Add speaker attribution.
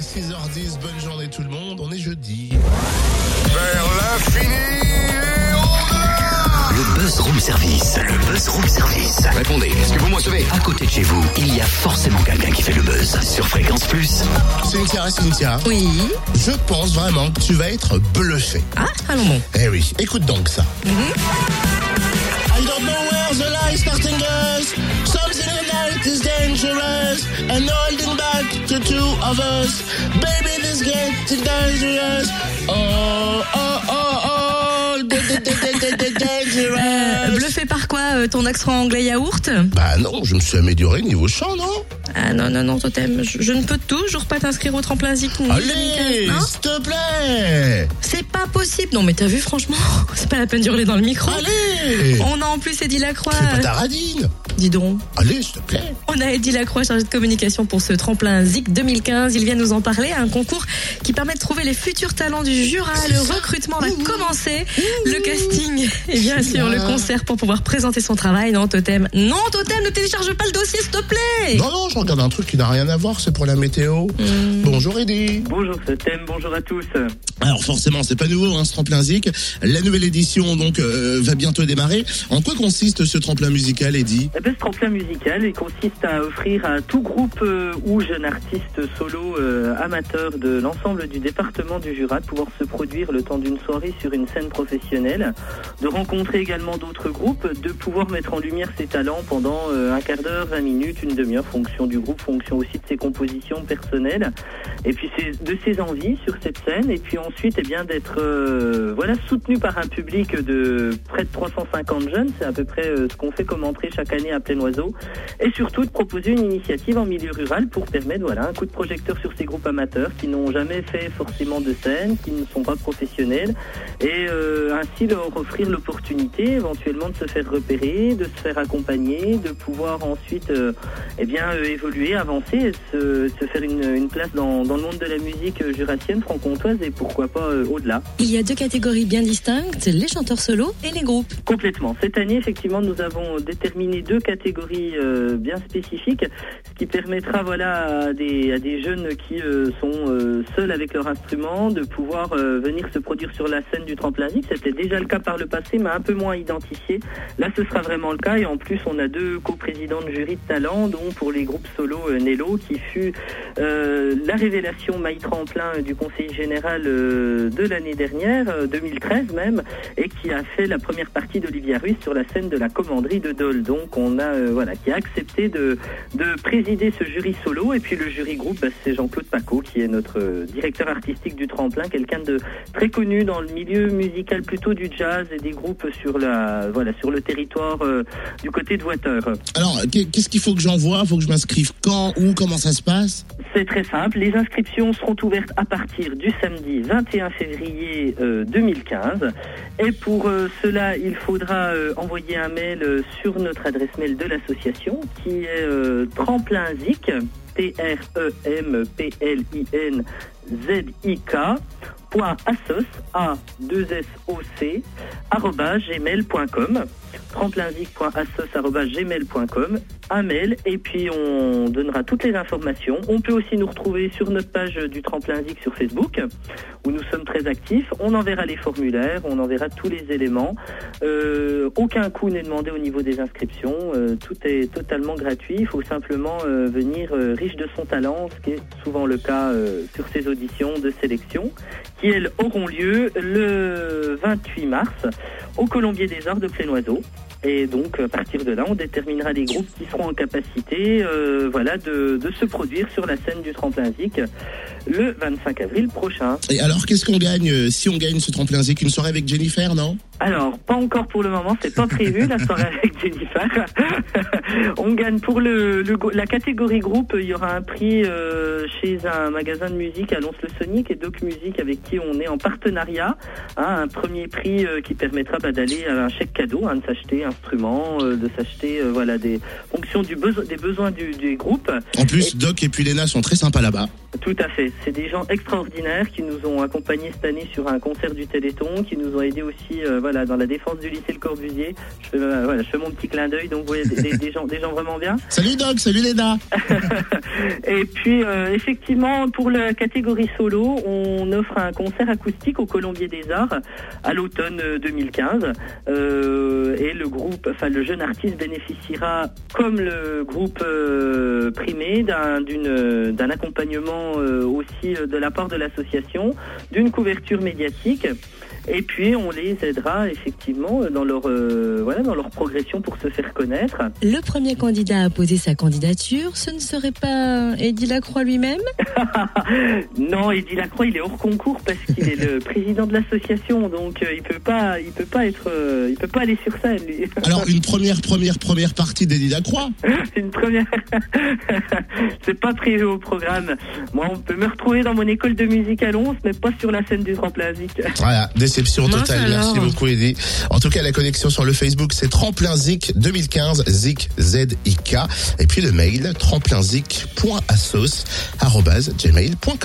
Speaker 1: 6h10, bonne journée tout le monde, on est jeudi.
Speaker 2: Vers l'infini et au-delà.
Speaker 3: Le Buzz Room Service. Le Buzz Room Service. Répondez, est-ce que vous me recevez? À côté de chez vous, il y a forcément quelqu'un qui fait le buzz. Sur Fréquence Plus.
Speaker 1: Cynthia,
Speaker 4: Oui.
Speaker 1: je pense vraiment que tu vas être bluffé.
Speaker 4: Ah, allons bon.
Speaker 1: Eh oui, écoute donc ça. I don't know where the light starting us. Something in life is dangerous. And holding back the two of us. Baby, this getting dangerous. Oh, oh, oh, oh. Dangerous.
Speaker 4: Bluffé par quoi, ton accent anglais yaourt?
Speaker 1: Bah non, je me suis amélioré niveau chant, non?
Speaker 4: Ah non, Totem, je ne peux toujours pas t'inscrire au tremplin Zik.
Speaker 1: Allez,
Speaker 4: non,
Speaker 1: s'il te plaît.
Speaker 4: c'est pas possible. Non, mais t'as vu, franchement, c'est pas la peine d'hurler dans le micro.
Speaker 1: Allez.
Speaker 4: On a en plus Eddie Lacroix.
Speaker 1: Fais pas ta radine.
Speaker 4: Dis donc.
Speaker 1: Allez, s'il te plaît.
Speaker 4: On a Eddie Lacroix, chargé de communication pour ce tremplin Zik 2015. Il vient nous en parler. Un concours qui permet de trouver les futurs talents du Jura. Le recrutement va commencer. Le casting et bien sûr le concert pour pouvoir présenter son travail. Non, Totem, ne télécharge pas le dossier, s'il te plaît.
Speaker 1: Non, je regarde un truc qui n'a rien à voir, c'est pour la météo. Bonjour Eddie.
Speaker 5: Bonjour Totem, bonjour à tous.
Speaker 1: Alors forcément, c'est pas nouveau, ce tremplin Zik. La nouvelle édition donc va bientôt démarrer. En quoi consiste ce tremplin musical, Eddie?
Speaker 5: Ce tremplin musical, il consiste à offrir à tout groupe ou jeune artiste solo amateur de l'ensemble du département du Jura de pouvoir se produire le temps d'une soirée sur une scène professionnelle, de rencontrer également d'autres groupes, de pouvoir mettre en lumière ses talents pendant un quart d'heure, 20 minutes, une demi-heure, fonction du groupe, fonction aussi de ses compositions personnelles, et puis de ses envies sur cette scène, et puis ensuite d'être soutenu par un public de près de 350 jeunes, c'est à peu près ce qu'on fait comme entrée chaque année à Plaine-Oiseau, et surtout de proposer une initiative en milieu rural pour permettre un coup de projecteur sur ces groupes amateurs qui n'ont jamais fait forcément de scène, qui ne sont pas professionnels, et ainsi leur offrir l'opportunité éventuellement de se faire repérer, de se faire accompagner, de pouvoir ensuite évoluer, avancer, et se faire une place dans le monde de la musique jurassienne, franc-comtoise, et pourquoi pas au-delà.
Speaker 4: Il y a deux catégories bien distinctes, les chanteurs solos et les groupes.
Speaker 5: Complètement. Cette année, effectivement, nous avons déterminé deux catégories bien spécifiques, ce qui permettra à des jeunes qui sont seuls avec leur instrument de pouvoir venir se produire sur la scène du tremplin Zik. C'était déjà le cas par le passé, mais un peu moins identifié. Là, ce sera vraiment le cas, et en plus, on a deux coprésidents de jury de talent, dont pour les groupes solo Nello, qui fut la révélation maille tremplin du Conseil général de l'année dernière, 2013 même, et qui a fait la première partie d'Olivia Ruiz sur la scène de la commanderie de Dole. Donc on a qui a accepté de présider ce jury solo, et puis le jury groupe, c'est Jean-Claude Paco, qui est notre directeur artistique du tremplin, quelqu'un de très connu dans le milieu musical, plutôt du jazz et des groupes sur le territoire du côté de Water.
Speaker 1: Alors, qu'est-ce qu'il faut que j'envoie? Faut que je m'inscrive quand, où, comment ça se passe?
Speaker 5: C'est très simple, les inscriptions seront ouvertes à partir du samedi 21 février 2015, et pour cela, il faudra envoyer un mail sur notre adresse mail de l'association, qui est tremplinzik, TREMPLINZIK .assoc @gmail.com, tremplinzik.assoc@gmail.com, un mail, et puis on donnera toutes les informations. On peut aussi nous retrouver sur notre page du Tremplin Zik sur Facebook, où nous sommes très actifs. On enverra les formulaires, on enverra tous les éléments. Aucun coût n'est demandé au niveau des inscriptions. Tout est totalement gratuit. Il faut simplement venir riche de son talent, ce qui est souvent le cas sur ces auditions de sélection, qui elles auront lieu le 28 mars au Colombier des Arts de Plaine-Oiseau. Et donc, à partir de là, on déterminera les groupes qui seront en capacité de se produire sur la scène du Tremplin Zik le 25 avril prochain.
Speaker 1: Et alors, qu'est-ce qu'on gagne si on gagne ce Tremplin Zik? Une soirée avec Jennifer, non?
Speaker 5: Alors, pas encore pour le moment, c'est pas prévu, la soirée avec Jennifer. On gagne pour la catégorie groupe, il y aura un prix chez un magasin de musique à Lons-le-Sonic et Doc Music, avec qui on est en partenariat. Un premier prix qui permettra d'aller à un chèque cadeau, de s'acheter instruments, de s'acheter des fonctions des besoins du groupe.
Speaker 1: En plus, Doc et puis Léna sont très sympas là-bas.
Speaker 5: Tout à fait. C'est des gens extraordinaires qui nous ont accompagnés cette année sur un concert du Téléthon, qui nous ont aidés aussi dans la défense du lycée Le Corbusier. Je fais mon petit clin d'œil, donc vous voyez des gens vraiment bien.
Speaker 1: Salut Doc, salut Léna.
Speaker 5: Et puis effectivement, pour la catégorie solo, on offre un concert acoustique au Colombier des Arts à l'automne 2015. Et le jeune artiste bénéficiera, comme le groupe primé, d'un accompagnement aussi de la part de l'association, d'une couverture médiatique. Et puis on les aidera effectivement dans leur progression pour se faire connaître.
Speaker 4: Le premier candidat à poser sa candidature, ce ne serait pas Eddy Lacroix lui-même?
Speaker 5: Non, Eddy Lacroix, il est hors concours parce qu'il est le président de l'association, donc il peut pas aller sur scène, lui.
Speaker 1: Alors une première partie d'Eddy Lacroix.
Speaker 5: Une première. C'est pas prévu au programme. Moi, on peut me retrouver dans mon école de musique à Lons, mais pas sur la scène du tremplin Zik.
Speaker 1: Voilà, déception totale. Merci beaucoup Eddy. En tout cas, la connexion sur le Facebook, c'est Tremplin Zik 2015, Zik Z-I-K. Et puis le mail, tremplinzik.assos@gmail.com.